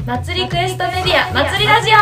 祭りクエストメディア祭りラジオ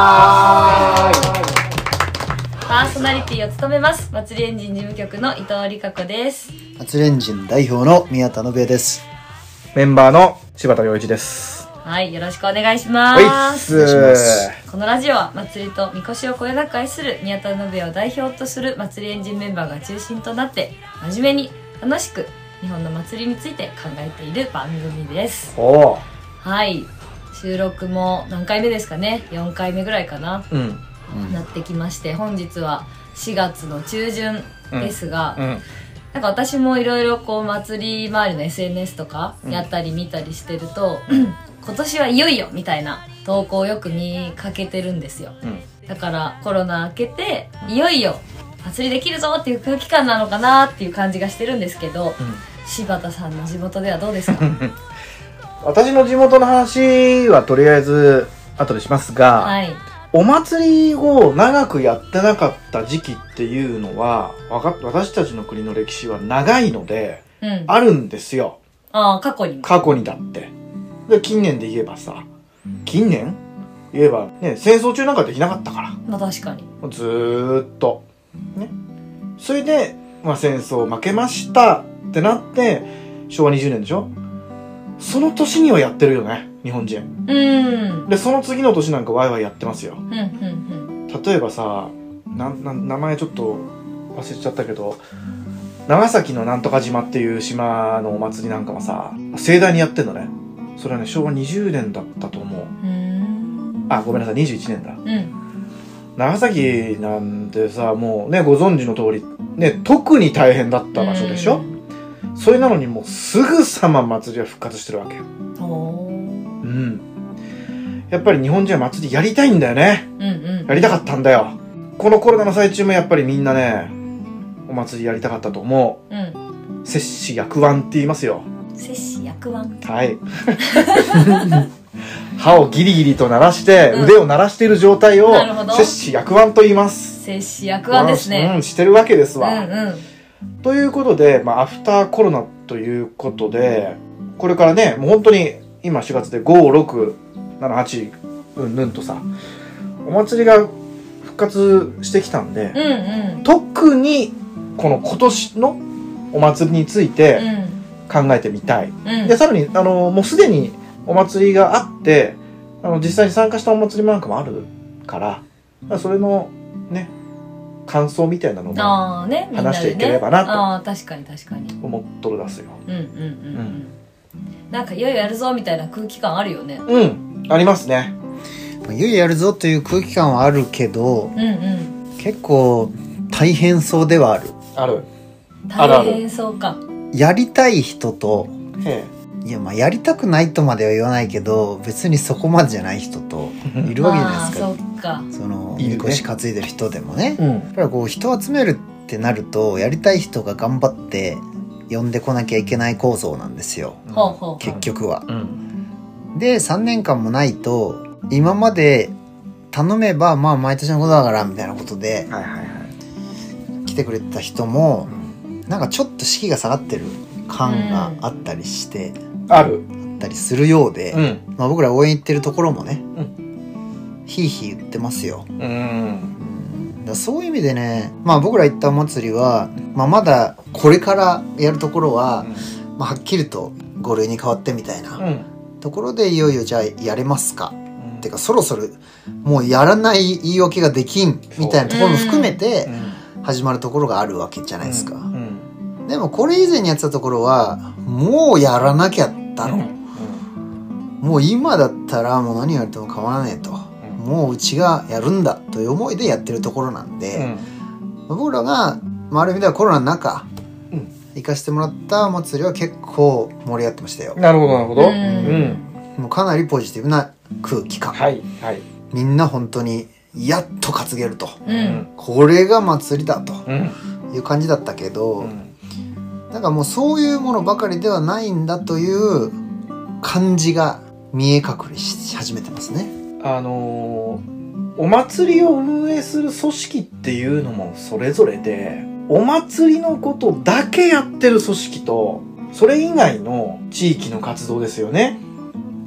パーソナリティを務めます祭りエンジン事務局の伊藤理香子です。 祭りエンジン代表の宮田信也です。 メンバーの柴田洋一です。 はい、よろしくお願いします。このラジオは祭りとみこしをこよなく愛する宮田信也を代表とする祭りエンジンメンバーが中心となって真面目に楽しく日本の祭りについて考えている番組です。はい、収録も何回目ですかね、4回目ぐらいかな、なってきまして、本日は4月の中旬ですが、なんか私もいろいろこう祭り周りの SNS とかやったり見たりしてると、今年はいよいよみたいな投稿をよく見かけてるんですよ。だからコロナ明けていよいよ祭りできるぞっていう空気感なのかなっていう感じがしてるんですけど、柴田さんの地元ではどうですか？ 私の地元の話はとりあえず後でしますが、はい、お祭りを長くやってなかった時期っていうのは私たちの国の歴史は長いので、あるんですよ。 過去にだってで近年で言えばさ、近年言えばね、戦争中なんかできなかったから、 まあ確かにずーっとね、それで、戦争負けましたってなって昭和20年でしょ。その年にはやってるよね、日本人。でその次の年なんかワイワイやってますよ。例えばさ、名前ちょっと忘れちゃったけど、長崎のなんとか島っていう島のお祭りなんかはさ、盛大にやってんのね。それはね、昭和20年だったと思う。ごめんなさい、21年だ。長崎なんてさ、もうね、ご存知の通りね、特に大変だった場所でしょ。それなのにもうすぐさま祭りは復活してるわけ。やっぱり日本人は祭りやりたいんだよね。やりたかったんだよ。このコロナの最中もやっぱりみんなね、お祭りやりたかったと思う。摂氏役腕って言いますよ。 摂氏役腕。 はい。歯をギリギリと鳴らして、腕を鳴らしている状態を摂氏役腕と言います。 摂氏役腕ですね。 してるわけですわ。ということで、アフターコロナということで、これからね、もう本当に今4月で5、6、7、8うんぬんとさ、お祭りが復活してきたんで、特にこの今年のお祭りについて考えてみたい。で、さらにもうすでにお祭りがあって、実際に参加したお祭りなんかもあるから、それのね、感想みたいなのも話していければなと、 確かに思っとるですよ。 なんかいよいよやるぞみたいな空気感あるよね。 ありますね。 いよいよやるぞという空気感はあるけど、結構大変そうではある。 大変そうか。 やりたい人と、いややりたくないとまでは言わないけど、別にそこまでじゃない人といるわけじゃないですか。 そっか。 そのみこし担いでる人でもね。やっぱりこう人を集めるってなると、やりたい人が頑張って呼んでこなきゃいけない構造なんですよ。結局は。で3年間もないと、今まで頼めば毎年のことだからみたいなことで来てくれた人もなんかちょっと士気が下がってる感があったりして、あったりするようで、僕ら応援行ってるところもね、ひいひい言ってますよ。だそういう意味でね、僕ら行ったお祭りは、まだこれからやるところは、はっきりと5類に変わってみたいな、ところでいよいよじゃあやれますか、ってかそろそろもうやらない言い訳ができんみたいなところも含めて始まるところがあるわけじゃないですか。でもこれ以前にやってたところはもうやらなきゃだろ、もう今だったらもう何言われても構わねえと、もううちがやるんだという思いでやってるところなんで、僕らが、ある意味ではコロナの中、行かせてもらったお祭りは結構盛り上がってましたよ。 なるほど。 もうかなりポジティブな空気感。みんな本当にやっと担げると、これが祭りだという感じだったけど、なんかもうそういうものばかりではないんだという感じが見え隠れし始めてますね。 お祭りを運営する組織っていうのもそれぞれで、お祭りのことだけやってる組織と、それ以外の地域の活動ですよね。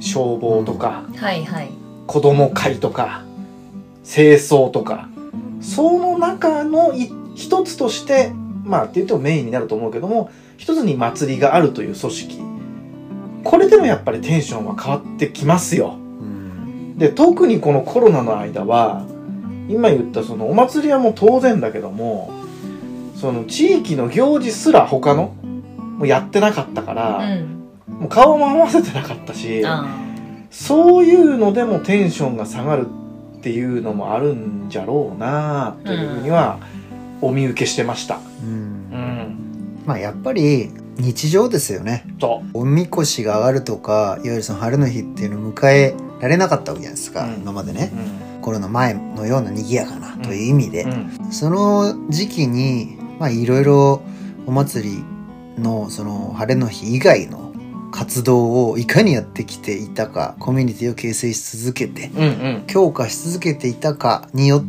消防とか、 はいはい、 子供会とか清掃とか、その中の一つとしてまあって言ってもメインになると思うけども、一つに祭りがあるという組織、これでもやっぱりテンションは変わってきますよ。で特にこのコロナの間は今言ったそのお祭りはもう当然だけども、その地域の行事すら他のもうやってなかったから、もう顔も合わせてなかったし、そういうのでもテンションが下がるっていうのもあるんじゃろうなというふうにはお見受けしてました。 まあやっぱり日常ですよね。おみこしが上がるとか、いわゆるその晴れの日っていうのを迎えられなかったわけじゃないですか、今までね、コロナ前のような賑やかなという意味で、その時期にまあいろいろお祭りのその晴れの日以外の活動をいかにやってきていたか、コミュニティを形成し続けて、強化し続けていたかによって、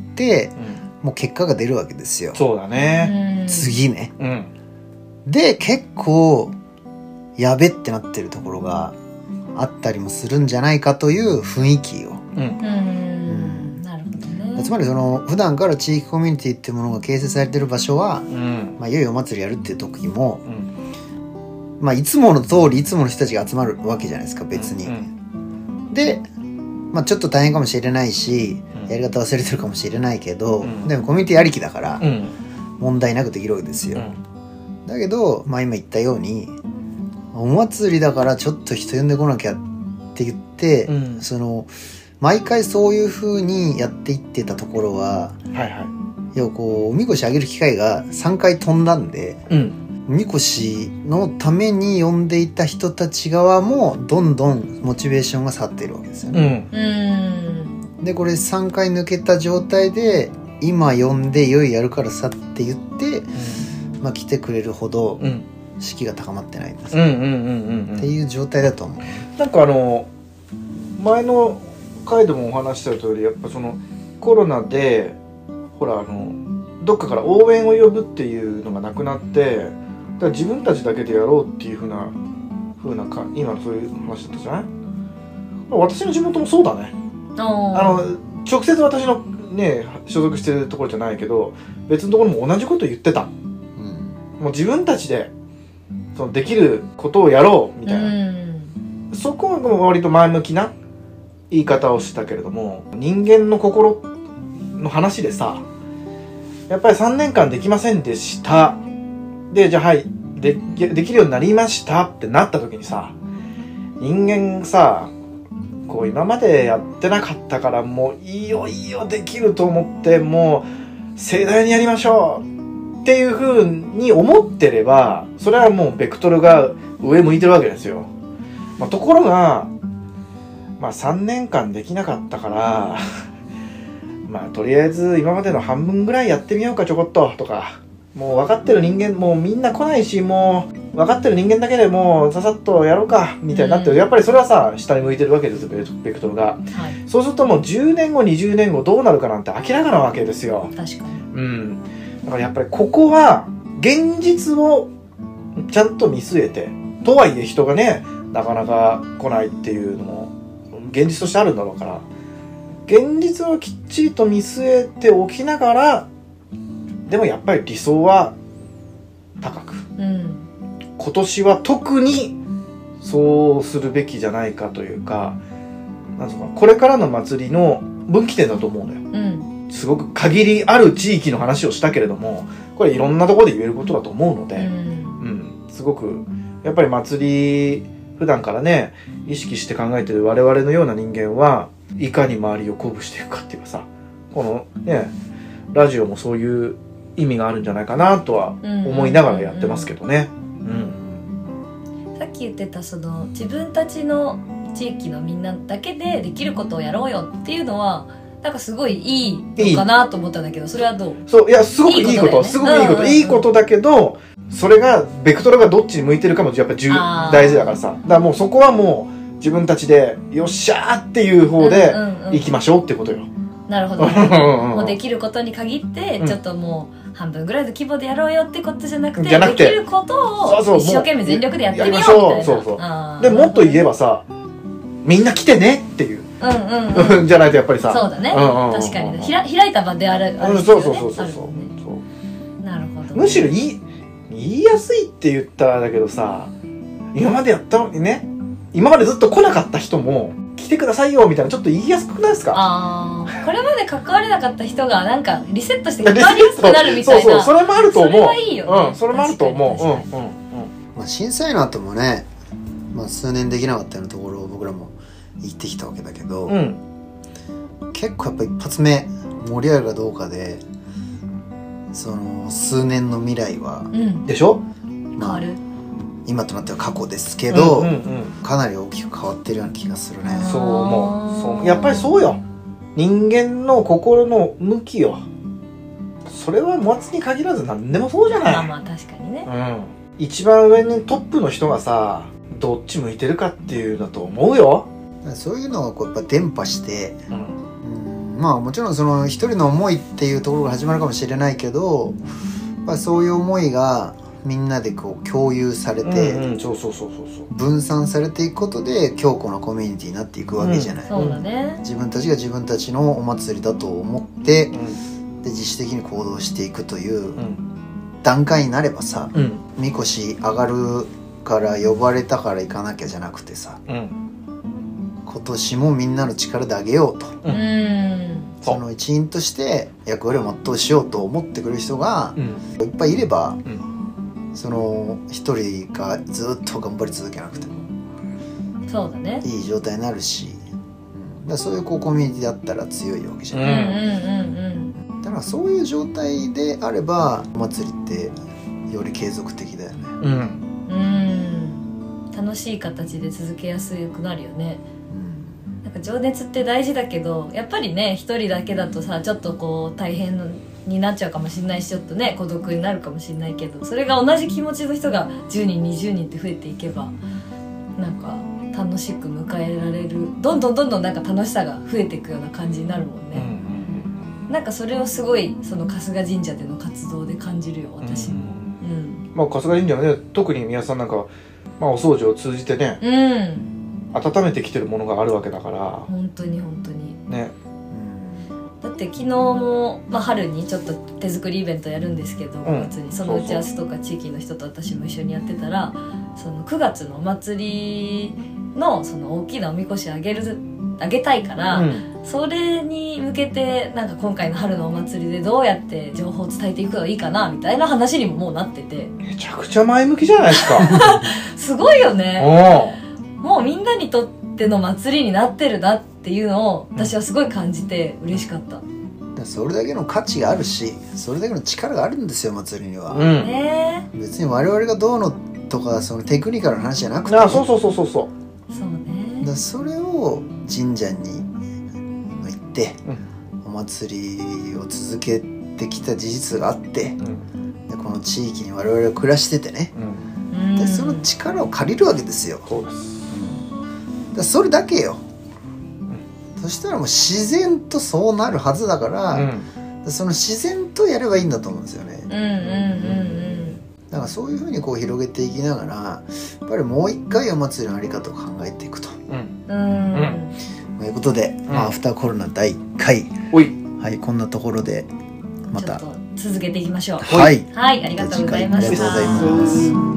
もう結果が出るわけですよ。 そうだね。 次ね、で結構やべってなってるところがあったりもするんじゃないかという雰囲気を、 なるほどね。 つまりその普段から地域コミュニティっていうものが形成されてる場所は、まあ、いよいよお祭りやるっていう時も、まあ、いつもの通りいつもの人たちが集まるわけじゃないですか、別に。で、まあ、ちょっと大変かもしれないし、やり方忘れてるかもしれないけど、でもコミュニティありきだから、問題なくできるわけですよ。だけど、まあ、今言ったようにお祭りだからちょっと人呼んでこなきゃって言って、その毎回そういう風にやっていってたところは、要はこうおみこし上げる機会が3回飛んだんで、おみこしのために呼んでいた人たち側もどんどんモチベーションが下がっているわけですよね。でこれ3回抜けた状態で今呼んでいよいよやるからさって言って、まあ、来てくれるほど士気が高まってないんですっていう状態だと思う。 なんか前の回でもお話した通り、やっぱそのコロナでほらどっかから応援を呼ぶっていうのがなくなって、だから自分たちだけでやろうっていう風な今のそういう話だったじゃない。私の地元もそうだね。直接私のね所属してるところじゃないけど、別のところも同じこと言ってた。もう自分たちでそのできることをやろうみたいな、そこは割と前向きな言い方をしたけれども、人間の心の話でさ、やっぱり3年間できませんでしたで、じゃあはい できるようになりましたってなった時にさ、人間さこう今までやってなかったからもういよいよできると思って、もう盛大にやりましょうっていう風に思ってれば、それはもうベクトルが上向いてるわけですよ。ところが、3年間できなかったからとりあえず今までの半分ぐらいやってみようかちょこっととか、もう分かってる人間もうみんな来ないし、もう分かってる人間だけでもうささっとやろうかみたいになってる、やっぱりそれはさ下に向いてるわけですよ、ベクトルが、そうするともう10年後20年後どうなるかなんて明らかなわけですよ。 確かに。 だからやっぱりここは現実をちゃんと見据えて、とはいえ人がねなかなか来ないっていうのも現実としてあるんだろうから、現実をきっちりと見据えておきながら、でもやっぱり理想は高く、今年は特にそうするべきじゃないかというか、なんとかこれからの祭りの分岐点だと思うのよ。すごく限りある地域の話をしたけれども、これいろんなところで言えることだと思うので、すごくやっぱり祭り普段からね意識して考えてる我々のような人間はいかに周りを鼓舞していくかっていうかさ、このねラジオもそういう意味があるんじゃないかなとは思いながらやってますけどね。 さっき言ってたその自分たちの地域のみんなだけでできることをやろうよっていうのはなんかすごいいいのかなと思ったんだけど、それはどう？ そう、いやすごくいいこと、すごくいいこと、いいことだけど、それがベクトルがどっちに向いてるかもやっぱ大事だからさ、だからもうそこはもう自分たちでよっしゃーっていう方で行きましょうってことよ。なるほど、もうできることに限ってちょっともう半分ぐらいの規模でやろうよってことじゃなくて、できることを一生懸命全力でやってみようみたいな。 そうでもっと言えばさ、 みんな来てねっていうじゃないとやっぱりさ、 そうだね、確かに開いた場であるそうそうそうそうそう、 なるほど。 むしろ言いやすいって言ったらだけどさ、今までやったのにね、今までずっと来なかった人も来てくださいよみたいな、ちょっと言いやすくないですか？ ああ、これまで関われなかった人がなんかリセットして関わりやすくなるみたいな。 そうそう、それもあると思う。 それはいいよね。 それもあると思う。まあ審査員の後もね、まあ数年できなかったようなところを僕らも行ってきたわけだけど、結構やっぱ一発目盛り上がるかどうかで、その数年の未来は、 でしょ？ 変わる。 今となっては過去ですけど、かなり大きく変わってるような気がするね。 そう思う。やっぱりそうよ。人間の心の向きよ。それは松に限らず何でもそうじゃない。 まあまあ確かにね。 一番上にトップの人がさ、どっち向いてるかっていうだと思うよ。 そういうのがこうやっぱ伝播して、まあもちろんその一人の思いっていうところが始まるかもしれないけど、やっぱそういう思いがみんなでこう共有されて、分散されていくことで強固なコミュニティになっていくわけじゃない。 そうだね。 自分たちが自分たちのお祭りだと思って、で自主的に行動していくという段階になればさ、みこし上がるから呼ばれたから行かなきゃじゃなくてさ、今年もみんなの力であげようと、その一員として役割を全うしようと思ってくれる人がいっぱいいれば、その一人がずっと頑張り続けなくてもそうだね、 いい状態になるし、だそういうこうコミュニティであったら強いわけじゃない。だからそういう状態であればお祭りってより継続的だよね。 楽しい形で続けやすくなるよね。なんか情熱って大事だけど、やっぱりね一人だけだとさ、ちょっとこう大変になっちゃうかもしれないし、ちょっとね孤独になるかもしれないけど、それが同じ気持ちの人が10人20人って増えていけば、なんか楽しく迎えられる、どんどんなんか楽しさが増えていくような感じになるもんね。なんかそれをすごいその春日神社での活動で感じるよ私も。 まあ春日神社はね、特に皆さんなんか、まあ、お掃除を通じてね、温めてきてるものがあるわけだから。 本当にね。 だって昨日も、まあ、春にちょっと手作りイベントやるんですけど、5月にその打ち合わせとか地域の人と私も一緒にやってたら、その9月のお祭りのその大きなおみこしあげたいから、それに向けてなんか今回の春のお祭りでどうやって情報を伝えていくのがいいかなみたいな話にももうなってて、 めちゃくちゃ前向きじゃないですか。 すごいよね。もうみんなにとっての祭りになってるなっていうのを私はすごい感じて嬉しかった。 それだけの価値があるし、それだけの力があるんですよ祭りには。別に我々がどうのとかそのテクニカルな話じゃなくて、 そうね。 だそれを神社に行って、お祭りを続けてきた事実があって、でこの地域に我々は暮らしててね、でその力を借りるわけですよ。 そうです。 だそれだけよ。そしたらもう自然とそうなるはずだから、その自然とやればいいんだと思うんですよね。だからそういうふうにこう広げていきながら、やっぱりもう一回お祭りのあり方を考えていくと。ということで、アフターコロナ第1回、はい、こんなところでまた続けていきましょう。 はい、 ありがとうございました。 ありがとうございます。